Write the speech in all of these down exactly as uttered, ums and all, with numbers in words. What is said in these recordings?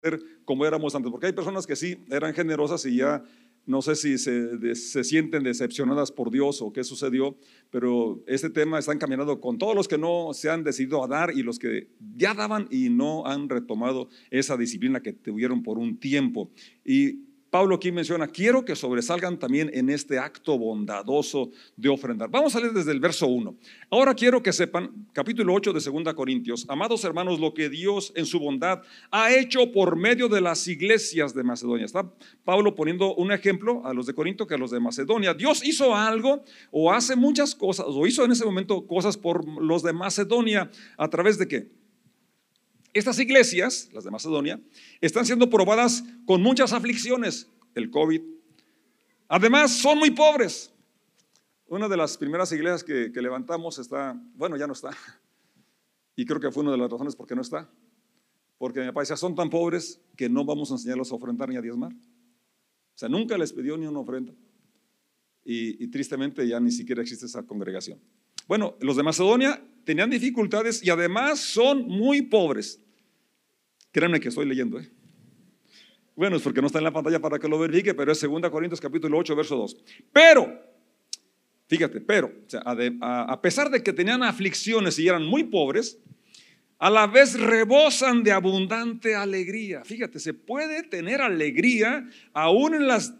como éramos antes, porque hay personas que sí eran generosas y ya no sé si se, se sienten decepcionadas por Dios o qué sucedió, pero este tema está encaminado con todos los que no se han decidido a dar y los que ya daban y no han retomado esa disciplina que tuvieron por un tiempo. Y Pablo aquí menciona: quiero que sobresalgan también en este acto bondadoso de ofrendar. Vamos a leer desde el verso uno. Ahora quiero que sepan, capítulo ocho de segunda Corintios: amados hermanos, lo que Dios en su bondad ha hecho por medio de las iglesias de Macedonia. Está Pablo poniendo un ejemplo a los de Corinto que a los de Macedonia. Dios hizo algo o hace muchas cosas, o hizo en ese momento cosas por los de Macedonia. ¿A través de qué? Estas iglesias, las de Macedonia, están siendo probadas con muchas aflicciones, el COVID. Además, son muy pobres. Una de las primeras iglesias que, que levantamos está, bueno, ya no está. Y creo que fue una de las razones por qué no está. Porque mi papá decía: son tan pobres que no vamos a enseñarlos a ofrendar ni a diezmar. O sea, nunca les pidió ni una ofrenda. Y, y tristemente ya ni siquiera existe esa congregación. Bueno, los de Macedonia tenían dificultades y además son muy pobres. Créanme que estoy leyendo, ¿eh? Bueno, es porque no está en la pantalla para que lo verifique, pero es segunda Corintios capítulo ocho, verso dos. Pero, fíjate, pero, o sea, a, a pesar de que tenían aflicciones y eran muy pobres, a la vez rebosan de abundante alegría. Fíjate, se puede tener alegría aún en las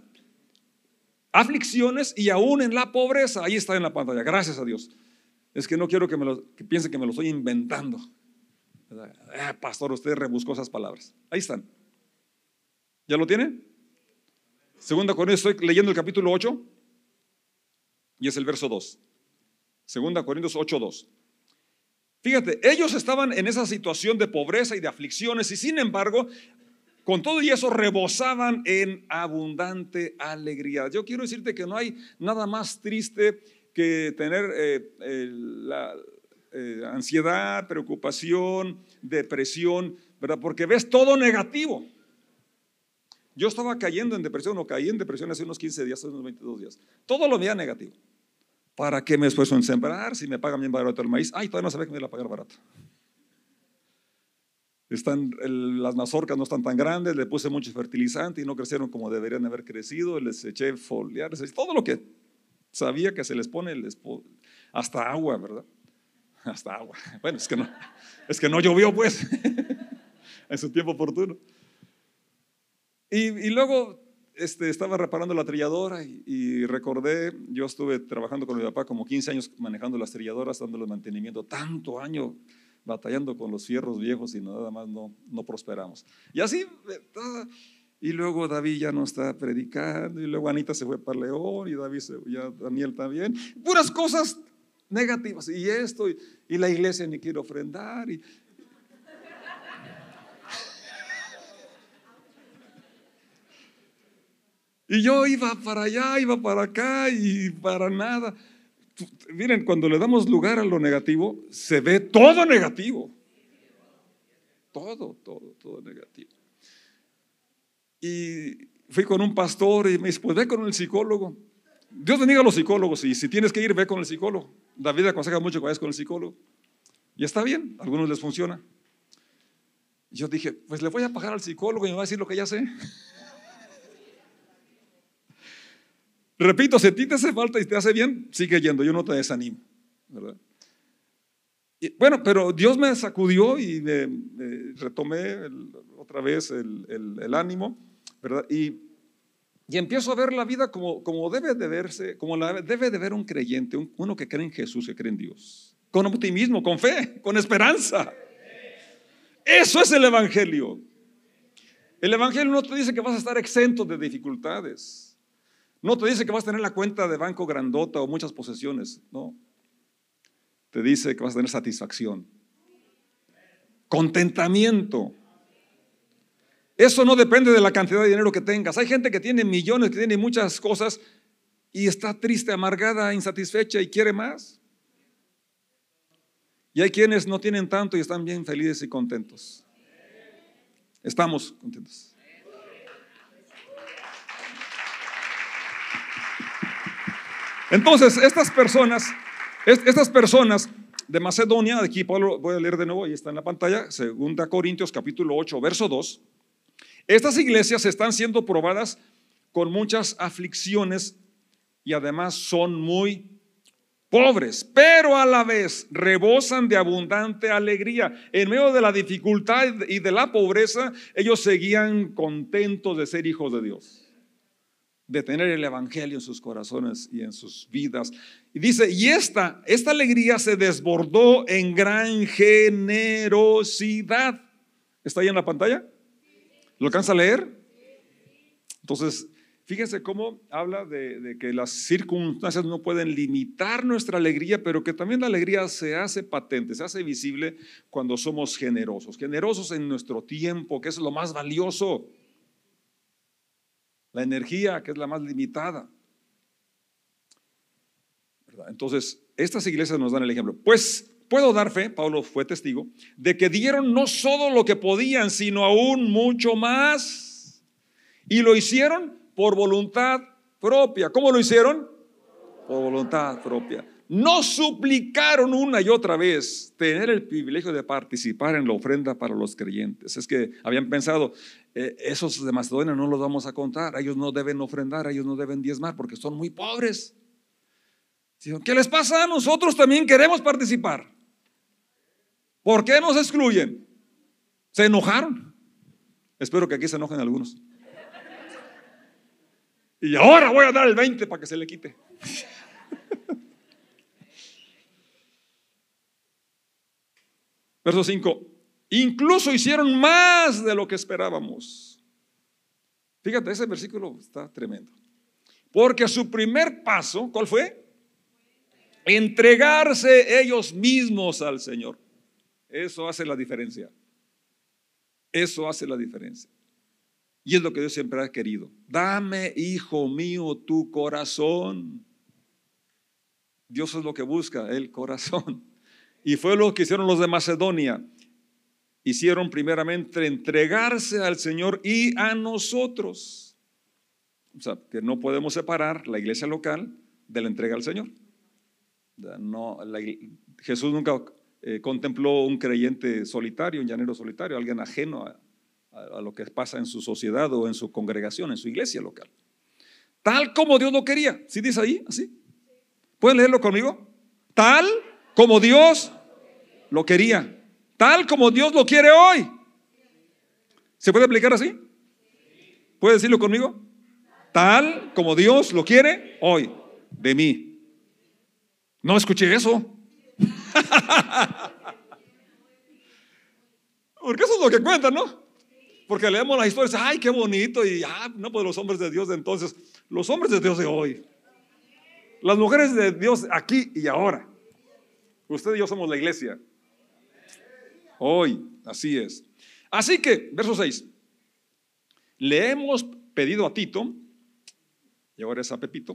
aflicciones y aún en la pobreza. Ahí está en la pantalla, gracias a Dios. Es que no quiero que, me lo, que piensen que me lo estoy inventando. Eh, pastor, usted rebuscó esas palabras. Ahí están. ¿Ya lo tiene? Segunda Corintios, estoy leyendo el capítulo ocho y es el verso dos. Segunda Corintios ocho, dos. Fíjate, ellos estaban en esa situación de pobreza y de aflicciones y sin embargo, con todo y eso rebosaban en abundante alegría. Yo quiero decirte que no hay nada más triste que tener eh, eh, la eh, ansiedad, preocupación, depresión, ¿verdad? Porque ves todo negativo. Yo estaba cayendo en depresión, o caí en depresión hace unos quince días, hace unos veintidós días. Todo lo veía negativo. ¿Para qué me esfuerzo en sembrar si me pagan bien barato el maíz? Ay, todavía no sabía que me iba a pagar barato. Están, el, las mazorcas no están tan grandes, le puse mucho fertilizante y no crecieron como deberían haber crecido, les eché foliar, todo lo que sabía que se les pone, les pone, hasta agua, ¿verdad? Hasta agua. Bueno, es que no, es que no llovió pues en su tiempo oportuno. Y, y luego este, estaba reparando la trilladora y, y recordé, yo estuve trabajando con mi papá como quince años manejando las trilladoras, dándole mantenimiento, tanto año batallando con los fierros viejos y nada más no, no prosperamos. Y así, y luego David ya no está predicando, y luego Anita se fue para León, y David se, ya Daniel también, puras cosas negativas, y esto, y, y la iglesia ni quiere ofrendar, y, y yo iba para allá, iba para acá, y para nada. Miren, cuando le damos lugar a lo negativo, se ve todo negativo. Todo, todo, todo negativo. Y fui con un pastor y me dice: pues ve con el psicólogo. Dios bendiga a los psicólogos, y si tienes que ir, ve con el psicólogo. David aconseja mucho que vayas con el psicólogo. Y está bien, a algunos les funciona. Yo dije: pues le voy a pagar al psicólogo y me va a decir lo que ya sé. Repito, si a ti te hace falta y te hace bien, sigue yendo, yo no te desanimo, ¿verdad? Y, bueno, pero Dios me sacudió y me, me retomé el, otra vez el, el, el ánimo, ¿verdad? Y, y empiezo a ver la vida como, como debe de verse, como la debe de ver un creyente, un, uno que cree en Jesús, que cree en Dios, con optimismo, con fe, con esperanza. Eso es el evangelio. El evangelio no te dice que vas a estar exento de dificultades. No te dice que vas a tener la cuenta de banco grandota o muchas posesiones, no. Te dice que vas a tener satisfacción, contentamiento. Eso no depende de la cantidad de dinero que tengas. Hay gente que tiene millones, que tiene muchas cosas y está triste, amargada, insatisfecha y quiere más. Y hay quienes no tienen tanto y están bien felices y contentos. Estamos contentos. Entonces, estas personas, estas personas de Macedonia, de aquí Pablo, voy a leer de nuevo, ahí está en la pantalla, segunda Corintios capítulo ocho, verso dos. Estas iglesias están siendo probadas con muchas aflicciones y además son muy pobres, pero a la vez rebosan de abundante alegría. En medio de la dificultad y de la pobreza, ellos seguían contentos de ser hijos de Dios, de tener el evangelio en sus corazones y en sus vidas. Y dice, y esta, esta alegría se desbordó en gran generosidad. ¿Está ahí en la pantalla? ¿Lo alcanza a leer? Entonces, fíjense cómo habla de, de que las circunstancias no pueden limitar nuestra alegría, pero que también la alegría se hace patente, se hace visible cuando somos generosos. Generosos en nuestro tiempo, que es lo más valioso. La energía, que es la más limitada. ¿Verdad? Entonces, estas iglesias nos dan el ejemplo. Pues puedo dar fe, Pablo fue testigo, de que dieron no solo lo que podían, sino aún mucho más. Y lo hicieron por voluntad propia. ¿Cómo lo hicieron? Por voluntad propia. No suplicaron una y otra vez tener el privilegio de participar en la ofrenda para los creyentes. Es que habían pensado, eh, esos de Macedonia no los vamos a contar, ellos no deben ofrendar, ellos no deben diezmar porque son muy pobres. ¿Qué les pasa? Nosotros también queremos participar. ¿Por qué nos excluyen? Se enojaron. Espero que aquí se enojen algunos. Y ahora voy a dar el veinte para que se le quite. Verso cinco. Incluso hicieron más de lo que esperábamos. Fíjate, ese versículo está tremendo. Porque su primer paso, ¿cuál fue? Entregarse ellos mismos al Señor. Eso hace la diferencia. Eso hace la diferencia. Y es lo que Dios siempre ha querido. Dame, hijo mío, tu corazón. Dios es lo que busca, el corazón. Y fue lo que hicieron los de Macedonia. Hicieron primeramente entregarse al Señor y a nosotros. O sea, que no podemos separar la iglesia local de la entrega al Señor. No, la, Jesús nunca eh, contempló un creyente solitario, un llanero solitario, alguien ajeno a, a, a lo que pasa en su sociedad o en su congregación, en su iglesia local. Tal como Dios lo quería. ¿Sí dice ahí? ¿Así? ¿Pueden leerlo conmigo? Tal como Dios lo quería. Tal como Dios lo quiere hoy. ¿Se puede aplicar así? ¿Puede decirlo conmigo? Tal como Dios lo quiere hoy de mí. No escuché eso. Porque eso es lo que cuentan, ¿no? Porque leemos las historias, ay, qué bonito. Y ah, no, pues los hombres de Dios de entonces, los hombres de Dios de hoy, las mujeres de Dios aquí y ahora. Usted y yo somos la iglesia. Hoy, así es. Así que, verso seis. Le hemos pedido a Tito, y ahora es a Pepito,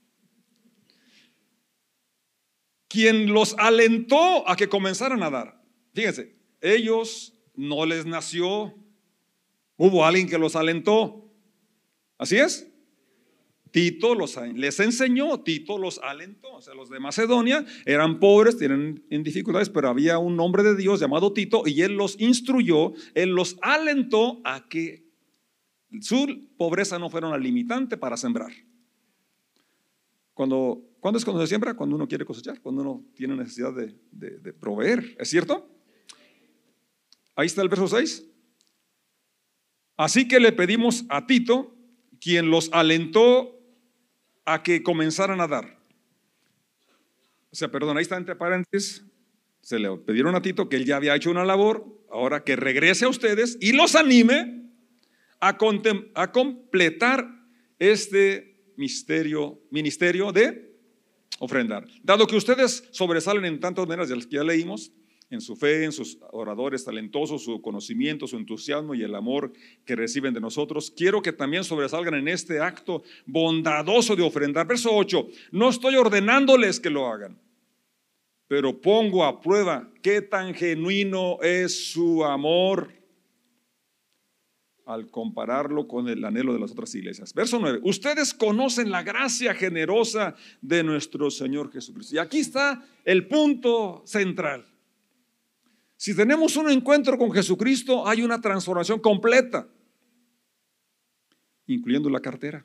quien los alentó a que comenzaran a dar. Fíjense, ellos no les nació, hubo alguien que los alentó. ¿Así es? Tito los, les enseñó, Tito los alentó. O sea, los de Macedonia eran pobres, tienen dificultades, pero había un hombre de Dios llamado Tito y él los instruyó, él los alentó a que su pobreza no fuera una limitante para sembrar. Cuando, ¿Cuándo es cuando se siembra? Cuando uno quiere cosechar, cuando uno tiene necesidad de, de, de proveer, ¿es cierto? Ahí está el verso seis. Así que le pedimos a Tito, quien los alentó a que comenzaran a dar. O sea, perdón, ahí está entre paréntesis. Se le pidieron a Tito que él ya había hecho una labor, ahora que regrese a ustedes y los anime a, contem, a completar este misterio, ministerio de ofrendar. Dado que ustedes sobresalen en tantas maneras de las que ya leímos, en su fe, en sus oradores talentosos, su conocimiento, su entusiasmo y el amor que reciben de nosotros, quiero que también sobresalgan en este acto bondadoso de ofrendar. Verso ocho, no estoy ordenándoles que lo hagan, pero pongo a prueba qué tan genuino es su amor al compararlo con el anhelo de las otras iglesias. Verso nueve, ustedes conocen la gracia generosa de nuestro Señor Jesucristo. Y aquí está el punto central. Si tenemos un encuentro con Jesucristo, hay una transformación completa. incluyendo la cartera.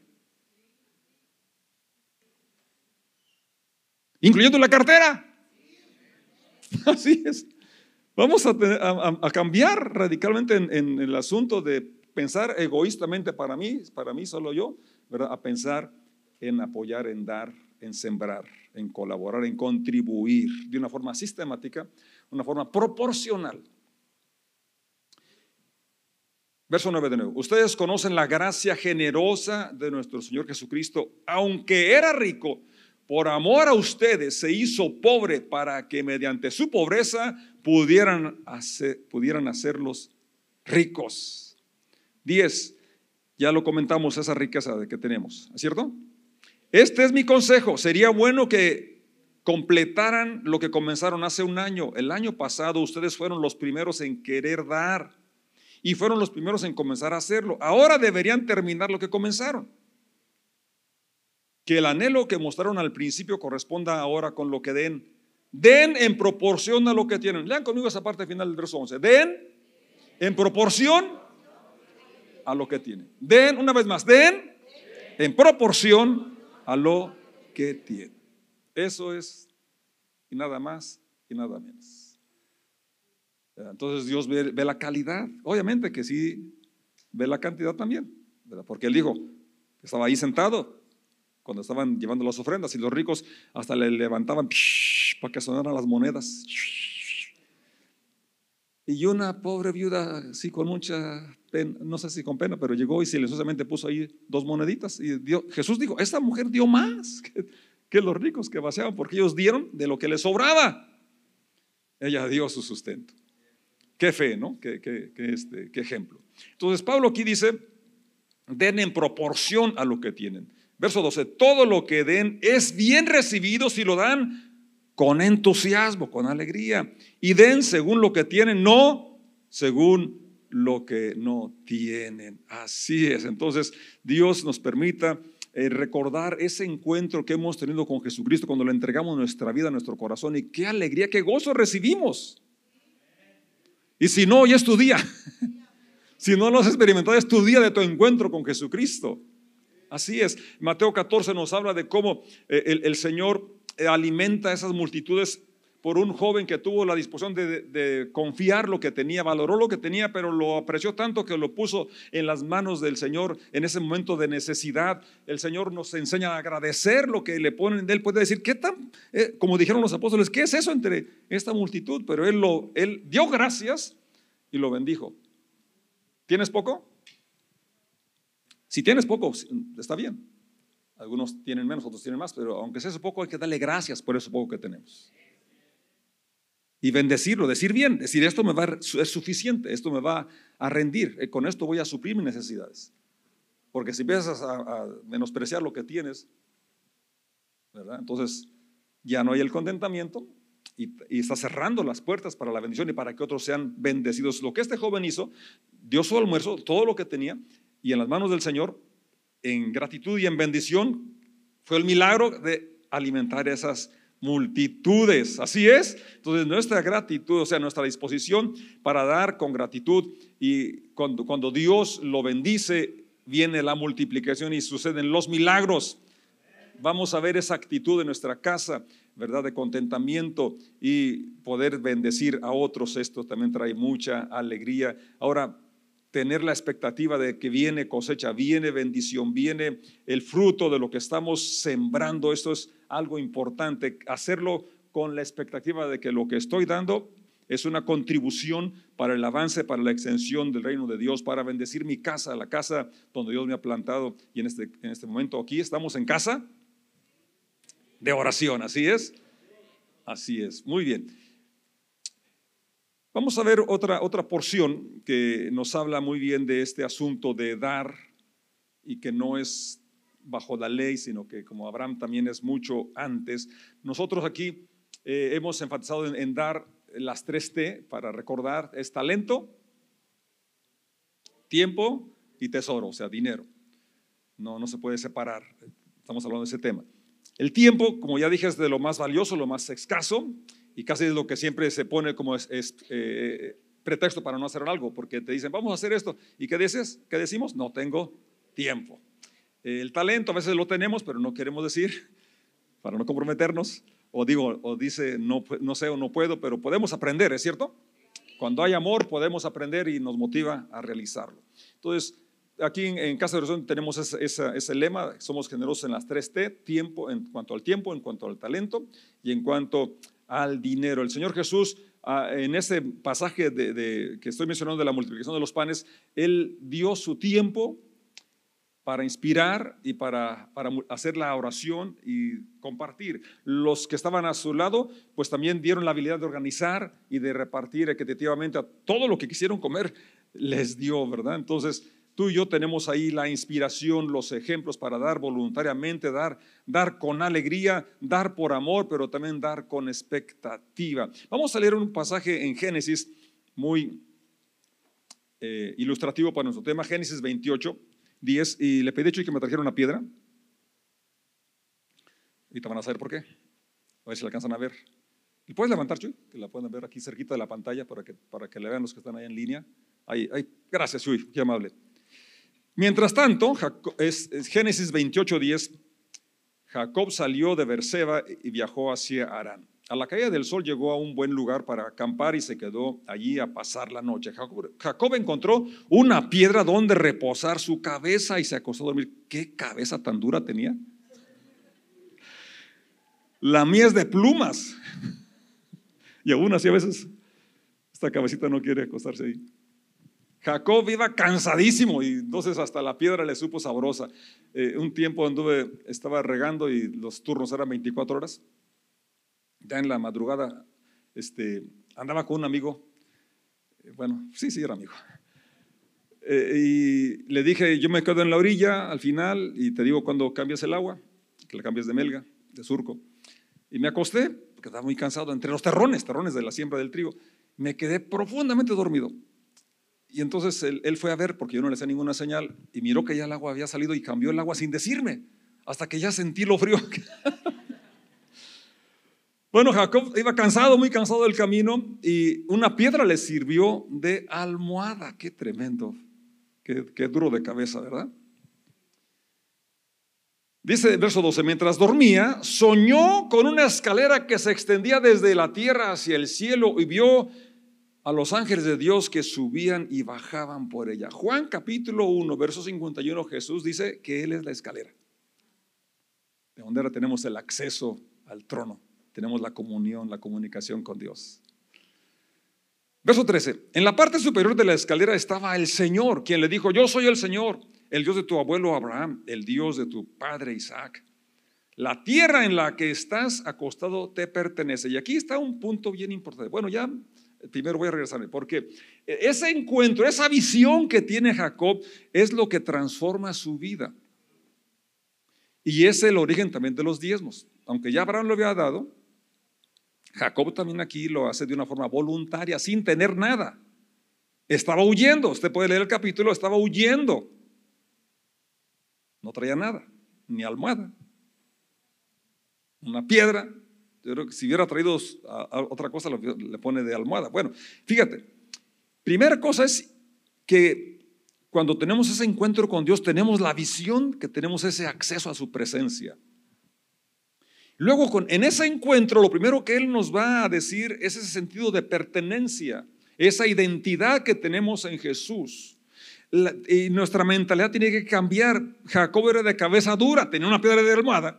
Incluyendo la cartera. Así es. Vamos a, a, a cambiar radicalmente en, en el asunto de pensar egoístamente para mí, para mí solo yo, ¿verdad? A pensar en apoyar, en dar, en sembrar, en colaborar, en contribuir de una forma sistemática, una forma proporcional. Verso nueve de nuevo. Ustedes conocen la gracia generosa de nuestro Señor Jesucristo, aunque era rico, por amor a ustedes se hizo pobre para que mediante su pobreza pudieran, hacer, pudieran hacerlos ricos. Diez, ya lo comentamos, esa riqueza de que tenemos, ¿es cierto? Este es mi consejo, sería bueno que completaran lo que comenzaron hace un año. El año pasado ustedes fueron los primeros en querer dar y fueron los primeros en comenzar a hacerlo. Ahora deberían terminar lo que comenzaron. Que el anhelo que mostraron al principio corresponda ahora con lo que den. Den en proporción a lo que tienen. Lean conmigo esa parte final del verso once. Den en proporción a lo que tienen. Den, una vez más, den en proporción a lo que tienen. Eso es, y nada más y nada menos. Entonces Dios ve, ve la calidad. Obviamente que sí ve la cantidad también, ¿verdad? Porque Él dijo, estaba ahí sentado cuando estaban llevando las ofrendas y los ricos hasta le levantaban psh, para que sonaran las monedas. Y una pobre viuda, sí, con mucha pena, no sé si con pena, pero llegó y silenciosamente puso ahí dos moneditas. Y dio, Jesús dijo, esta mujer dio más que, que los ricos que vaciaban, porque ellos dieron de lo que les sobraba. Ella dio su sustento. Qué fe, ¿no? Qué, qué, qué, este, qué ejemplo. Entonces Pablo aquí dice, den en proporción a lo que tienen. Verso doce, todo lo que den es bien recibido si lo dan con entusiasmo, con alegría. Y den según lo que tienen, no según lo que no tienen. Así es. Entonces Dios nos permita eh, recordar ese encuentro que hemos tenido con Jesucristo cuando le entregamos nuestra vida, nuestro corazón. Y qué alegría, qué gozo recibimos. Y si no, hoy es tu día. Si no lo has experimentado, es tu día de tu encuentro con Jesucristo. Así es. Mateo catorce nos habla de cómo el, el Señor alimenta a esas multitudes por un joven que tuvo la disposición de, de, de confiar lo que tenía, valoró lo que tenía, pero lo apreció tanto que lo puso en las manos del Señor en ese momento de necesidad. El Señor nos enseña a agradecer lo que le ponen de Él. Puede decir, ¿qué tan? Eh, como dijeron los apóstoles, ¿qué es eso entre esta multitud? Pero Él, lo, él dio gracias y lo bendijo. ¿Tienes poco? Si tienes poco, está bien. Algunos tienen menos, otros tienen más, pero aunque sea eso poco, hay que darle gracias por eso poco que tenemos. Y bendecirlo, decir bien, decir esto me va a, es suficiente, esto me va a rendir, eh, con esto voy a suplir mis necesidades. Porque si empiezas a, a menospreciar lo que tienes, ¿verdad? Entonces ya no hay el contentamiento y, y está cerrando las puertas para la bendición y para que otros sean bendecidos. Lo que este joven hizo, dio su almuerzo, todo lo que tenía, y en las manos del Señor, en gratitud y en bendición, fue el milagro de alimentar a esas multitudes. Así es. Entonces nuestra gratitud, o sea, nuestra disposición para dar con gratitud, y cuando, cuando Dios lo bendice, viene la multiplicación y suceden los milagros. Vamos a ver esa actitud en nuestra casa, ¿verdad? De contentamiento y poder bendecir a otros. Esto también trae mucha alegría. Ahora, tener la expectativa de que viene cosecha, viene bendición, viene el fruto de lo que estamos sembrando. Esto es algo importante, hacerlo con la expectativa de que lo que estoy dando es una contribución para el avance, para la extensión del reino de Dios, para bendecir mi casa, la casa donde Dios me ha plantado. Y en este, en este momento aquí estamos en casa de oración, ¿así es? Así es, muy bien. Vamos a ver otra, otra porción que nos habla muy bien de este asunto de dar, y que no es bajo la ley, sino que como Abraham también es mucho antes. Nosotros aquí eh, hemos enfatizado en, en dar las tres T para recordar: es talento, tiempo y tesoro, o sea, dinero. No, no se puede separar, estamos hablando de ese tema. El tiempo, como ya dije, es de lo más valioso, lo más escaso, y casi es lo que siempre se pone como es, es, eh, pretexto para no hacer algo, porque te dicen, vamos a hacer esto. ¿Y qué dices? ¿Qué decimos? No tengo tiempo. El talento a veces lo tenemos, pero no queremos decir para no comprometernos. O digo, o dice, no, no sé o no puedo, pero podemos aprender, ¿es cierto? Cuando hay amor podemos aprender y nos motiva a realizarlo. Entonces, aquí en, en Casa de Oración tenemos ese, ese, ese lema, somos generosos en las tres T, tiempo, en cuanto al tiempo, en cuanto al talento y en cuanto al dinero. El Señor Jesús, en ese pasaje de, de, que estoy mencionando de la multiplicación de los panes, Él dio su tiempo para inspirar y para, para hacer la oración y compartir. Los que estaban a su lado, pues también dieron la habilidad de organizar y de repartir equitativamente a todo lo que quisieron comer, les dio, ¿verdad? Entonces, tú y yo tenemos ahí la inspiración, los ejemplos para dar voluntariamente, dar, dar con alegría, dar por amor, pero también dar con expectativa. Vamos a leer un pasaje en Génesis muy eh, ilustrativo para nuestro tema, Génesis veintiocho, diez, y le pedí a Chuy que me trajera una piedra. Ahorita van a saber por qué. A ver si la alcanzan a ver. ¿Y puedes levantar, Chuy? Que la puedan ver aquí cerquita de la pantalla para que, para que le vean los que están ahí en línea. Ahí, ahí. Gracias, Chuy, qué amable. Mientras tanto, Jacob, es, es Génesis veintiocho, diez, Jacob salió de Beerseba y viajó hacia Harán. A la caída del sol llegó a un buen lugar para acampar y se quedó allí a pasar la noche. Jacob, Jacob encontró una piedra donde reposar su cabeza y se acostó a dormir. ¿Qué cabeza tan dura tenía? La mía es de plumas. Y aún así a veces esta cabecita no quiere acostarse ahí. Jacob iba cansadísimo y entonces hasta la piedra le supo sabrosa. Eh, un tiempo anduve, estaba regando y los turnos eran veinticuatro horas. Ya en la madrugada este, andaba con un amigo, eh, bueno, sí, sí, era amigo. Eh, y le dije, yo me quedo en la orilla al final y te digo cuando cambias el agua, que la cambies de melga, de surco. Y me acosté, porque estaba muy cansado, entre los terrones, terrones de la siembra del trigo. Me quedé profundamente dormido. Y entonces él, él fue a ver, porque yo no le hacía ninguna señal, y miró que ya el agua había salido y cambió el agua sin decirme, hasta que ya sentí lo frío. Bueno, Jacob iba cansado, muy cansado del camino, y una piedra le sirvió de almohada. Qué tremendo, qué, qué duro de cabeza, ¿verdad? Dice el verso doce, mientras dormía, soñó con una escalera que se extendía desde la tierra hacia el cielo y vio a los ángeles de Dios que subían y bajaban por ella. Juan capítulo uno, verso cincuenta y uno, Jesús dice que Él es la escalera, de donde ahora tenemos el acceso al trono, tenemos la comunión, la comunicación con Dios. Verso trece, en la parte superior de la escalera estaba el Señor, quien le dijo, yo soy el Señor, el Dios de tu abuelo Abraham, el Dios de tu padre Isaac. La tierra en la que estás acostado te pertenece. Y aquí está un punto bien importante. Bueno, ya primero voy a regresarme, porque ese encuentro, esa visión que tiene Jacob es lo que transforma su vida. Y es el origen también de los diezmos. Aunque ya Abraham lo había dado, Jacob también aquí lo hace de una forma voluntaria, sin tener nada. Estaba huyendo, usted puede leer el capítulo, estaba huyendo. No traía nada, ni almohada, una piedra. Yo creo que si hubiera traído a, a otra cosa le pone de almohada. Bueno, fíjate, primera cosa es que cuando tenemos ese encuentro con Dios tenemos la visión que tenemos ese acceso a su presencia. Luego con, en ese encuentro lo primero que Él nos va a decir es ese sentido de pertenencia, esa identidad que tenemos en Jesús. La, y nuestra mentalidad tiene que cambiar. Jacob era de cabeza dura, tenía una piedra de almohada.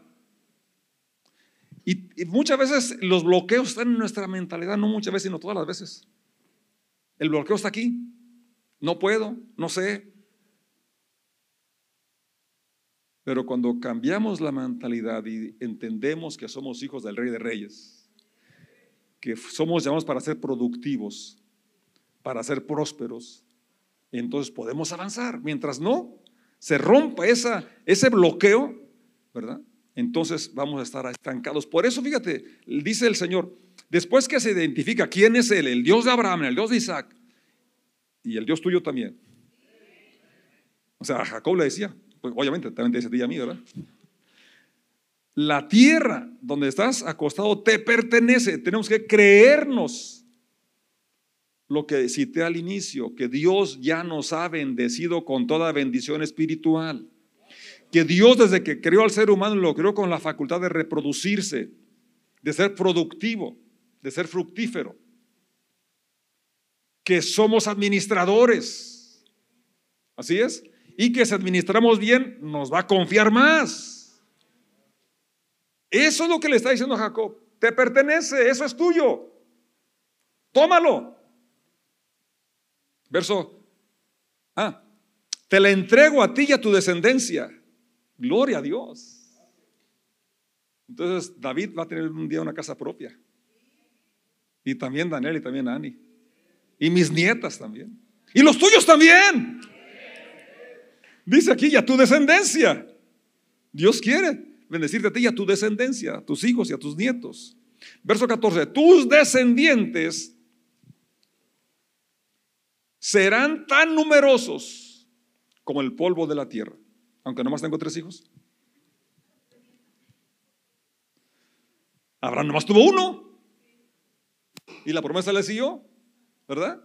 Y, y muchas veces los bloqueos están en nuestra mentalidad, no muchas veces, sino todas las veces. El bloqueo está aquí. No puedo, no sé. Pero cuando cambiamos la mentalidad y entendemos que somos hijos del Rey de Reyes, que somos llamados para ser productivos, para ser prósperos, entonces podemos avanzar. Mientras no se rompa esa, ese bloqueo, ¿verdad? Entonces vamos a estar estancados. Por eso, fíjate, dice el Señor, después que se identifica quién es Él, el Dios de Abraham, el Dios de Isaac y el Dios tuyo también. O sea, a Jacob le decía, pues obviamente también te dice a ti y a mí, ¿verdad? La tierra donde estás acostado te pertenece. Tenemos que creernos lo que cité al inicio, que Dios ya nos ha bendecido con toda bendición espiritual. Que Dios, desde que creó al ser humano, lo creó con la facultad de reproducirse, de ser productivo, de ser fructífero. Que somos administradores, así es, y que si administramos bien nos va a confiar más. Eso es lo que le está diciendo Jacob. Te pertenece, eso es tuyo, tómalo. Verso, ah, te la entrego a ti y a tu descendencia. Gloria a Dios. Entonces David va a tener un día una casa propia, y también Daniel y también Ani. Y mis nietas también. Y los tuyos también. Dice aquí, y a tu descendencia. Dios quiere bendecirte a ti y a tu descendencia, a tus hijos y a tus nietos. Verso catorce. Tus descendientes serán tan numerosos como el polvo de la tierra. Aunque nomás tengo tres hijos. Abraham nomás tuvo uno. Y la promesa le siguió, ¿verdad?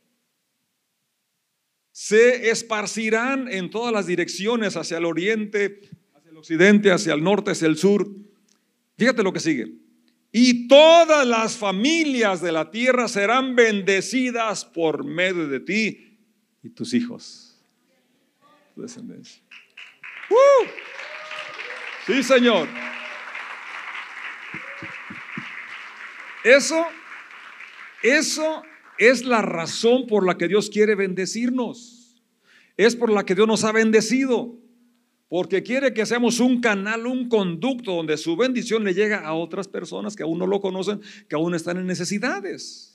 Se esparcirán en todas las direcciones, hacia el oriente, hacia el occidente, hacia el norte, hacia el sur. Fíjate lo que sigue. Y todas las familias de la tierra serán bendecidas por medio de ti y tus hijos, tu descendencia. ¡Uh! Sí, Señor. Eso, eso es la razón por la que Dios quiere bendecirnos. Es por la que Dios nos ha bendecido. Porque quiere que seamos un canal, un conducto donde su bendición le llega a otras personas que aún no lo conocen, que aún están en necesidades.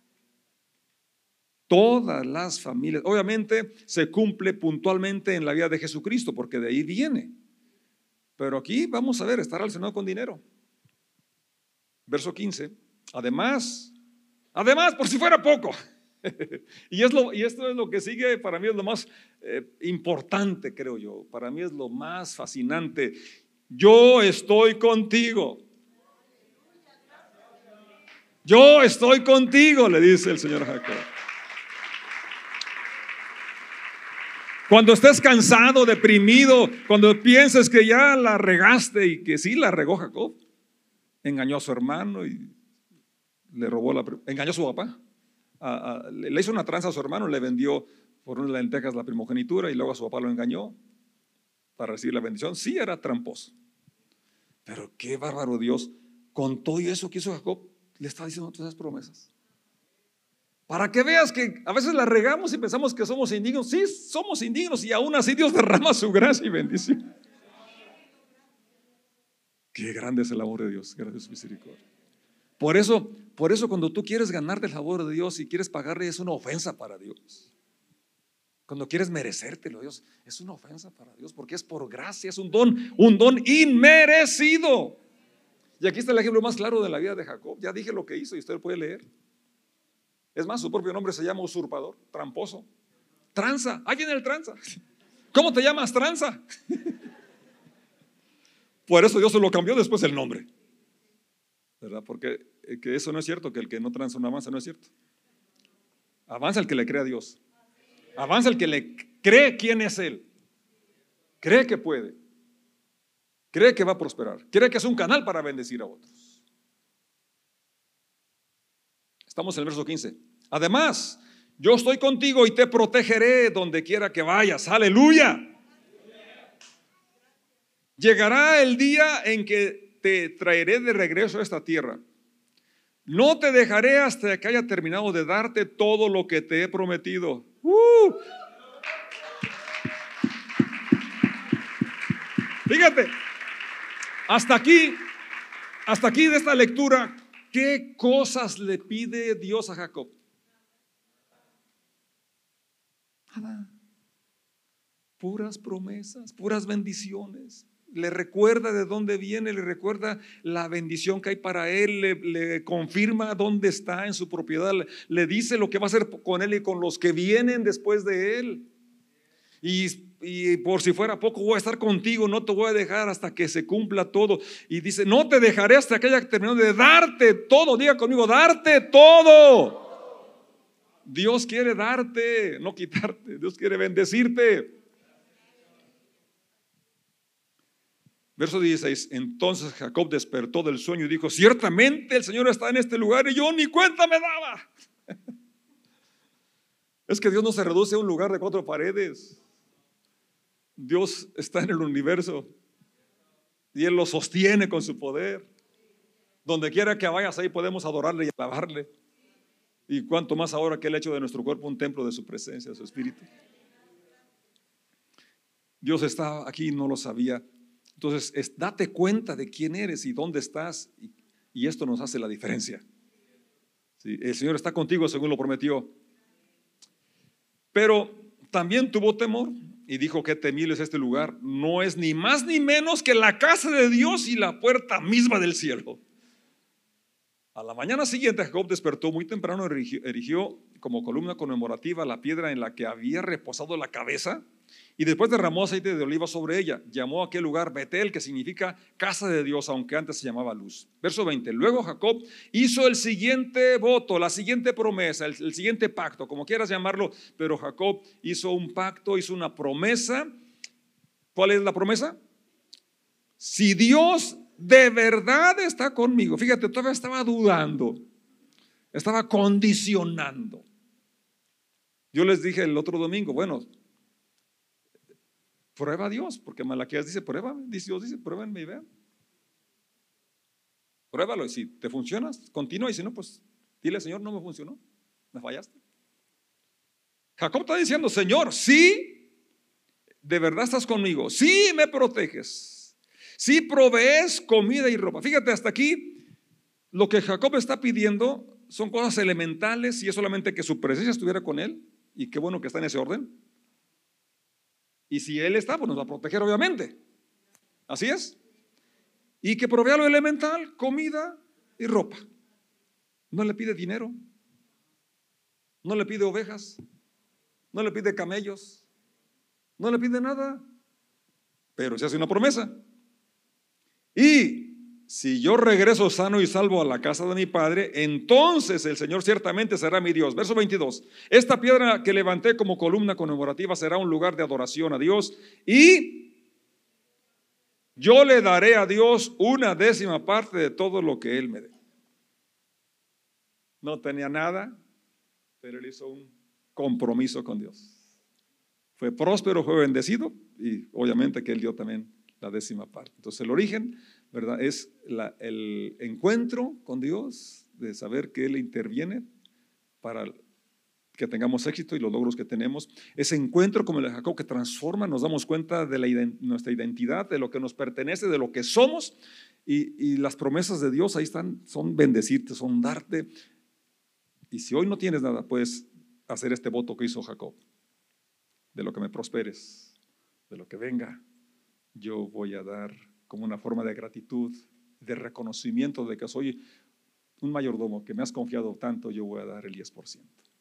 Todas las familias, obviamente se cumple puntualmente en la vida de Jesucristo, porque de ahí viene. Pero aquí vamos a ver, está relacionado con dinero. Verso quince. Además, además, por si fuera poco. Y, es lo, y esto es lo que sigue, para mí es lo más eh, importante, creo yo. Para mí es lo más fascinante. Yo estoy contigo. Yo estoy contigo, le dice el Señor a Jacob. Cuando estés cansado, deprimido, cuando pienses que ya la regaste, y que sí la regó Jacob, engañó a su hermano y le robó la, engañó a su papá. A, a, le hizo una tranza a su hermano, le vendió por unas lentejas la primogenitura y luego a su papá lo engañó para recibir la bendición. Sí, era tramposo, pero qué bárbaro Dios. Con todo eso que hizo Jacob, le está diciendo todas esas promesas, para que veas que a veces la regamos y pensamos que somos indignos. Sí, somos indignos, y aún así Dios derrama su gracia y bendición. Qué grande es el amor de Dios, grande es su misericordia. Por eso, por eso cuando tú quieres ganarte el favor de Dios y quieres pagarle, es una ofensa para Dios. Cuando quieres merecértelo, Dios, es una ofensa para Dios, porque es por gracia, es un don, un don inmerecido. Y aquí está el ejemplo más claro de la vida de Jacob. Ya dije lo que hizo y usted lo puede leer. Es más, su propio nombre se llama usurpador, tramposo, tranza. Ahí viene el tranza. ¿Cómo te llamas, tranza? Por eso Dios se lo cambió después el nombre, ¿verdad? Porque que eso no es cierto, que el que no tranza no avanza, no es cierto. Avanza el que le cree a Dios. Avanza el que le cree quién es Él. Cree que puede. Cree que va a prosperar. Cree que es un canal para bendecir a otros. Estamos en el verso quince. Además, yo estoy contigo y te protegeré donde quiera que vayas. Aleluya. Llegará el día en que te traeré de regreso a esta tierra. No te dejaré hasta que haya terminado de darte todo lo que te he prometido. Uh. Fíjate, hasta aquí, hasta aquí de esta lectura, ¿qué cosas le pide Dios a Jacob? Nada. Puras promesas, puras bendiciones. Le recuerda de dónde viene, le recuerda la bendición que hay para él, le, le confirma dónde está en su propiedad, le, le dice lo que va a hacer con él y con los que vienen después de él. Y, y por si fuera poco, voy a estar contigo, no te voy a dejar hasta que se cumpla todo. Y dice, no te dejaré hasta que haya terminado de darte todo. Diga conmigo, darte todo. Dios quiere darte, no quitarte. Dios quiere bendecirte. Verso dieciséis, entonces Jacob despertó del sueño y dijo, ciertamente el Señor está en este lugar y yo ni cuenta me daba. Es que Dios no se reduce a un lugar de cuatro paredes. Dios está en el universo y Él lo sostiene con su poder. Donde quiera que vayas, ahí podemos adorarle y alabarle. Y cuanto más ahora que Él ha hecho de nuestro cuerpo un templo de su presencia, de su espíritu. Dios está aquí y no lo sabía. Entonces, es, date cuenta de quién eres y dónde estás, y, y esto nos hace la diferencia. Sí, el Señor está contigo según lo prometió. Pero también tuvo temor y dijo, qué temible es este lugar. No es ni más ni menos que la casa de Dios y la puerta misma del cielo. A la mañana siguiente Jacob despertó muy temprano, erigió, erigió como columna conmemorativa la piedra en la que había reposado la cabeza y después derramó aceite de oliva sobre ella. Llamó a aquel lugar Betel, que significa casa de Dios, aunque antes se llamaba Luz. Verso veinte, luego Jacob hizo el siguiente voto, la siguiente promesa, el, el siguiente pacto, como quieras llamarlo, pero Jacob hizo un pacto, hizo una promesa. ¿Cuál es la promesa? Si Dios de verdad está conmigo, fíjate, todavía estaba dudando, estaba condicionando. Yo les dije el otro domingo, bueno, prueba a Dios, porque Malaquías dice, pruébame, dice Dios, dice, pruébenme y vean. Pruébalo y si te funciona, continúa, y si no, pues dile, Señor, no me funcionó, me fallaste. Jacob está diciendo, Señor, sí, de verdad estás conmigo, sí me proteges, sí provees comida y ropa. Fíjate, hasta aquí lo que Jacob está pidiendo son cosas elementales y es solamente que su presencia estuviera con él, y qué bueno que está en ese orden. Y si Él está, pues nos va a proteger, obviamente. Así es. Y que provea lo elemental, comida y ropa. No le pide dinero, no le pide ovejas, no le pide camellos, no le pide nada, pero se hace una promesa. Y si yo regreso sano y salvo a la casa de mi padre, entonces el Señor ciertamente será mi Dios. Verso veintidós, esta piedra que levanté como columna conmemorativa será un lugar de adoración a Dios y yo le daré a Dios una décima parte de todo lo que Él me dé. No tenía nada, pero él hizo un compromiso con Dios. Fue próspero, fue bendecido y obviamente que Él dio también la décima parte. Entonces el origen, ¿verdad?, es la, el encuentro con Dios, de saber que Él interviene para que tengamos éxito y los logros que tenemos. Ese encuentro como el de Jacob que transforma, nos damos cuenta de la ident- nuestra identidad, de lo que nos pertenece, de lo que somos, y, y las promesas de Dios ahí están, son bendecirte, son darte. Y si hoy no tienes nada, puedes hacer este voto que hizo Jacob: de lo que me prosperes, de lo que venga, yo voy a dar como una forma de gratitud, de reconocimiento de que soy un mayordomo, que me has confiado tanto, yo voy a dar el diez por ciento.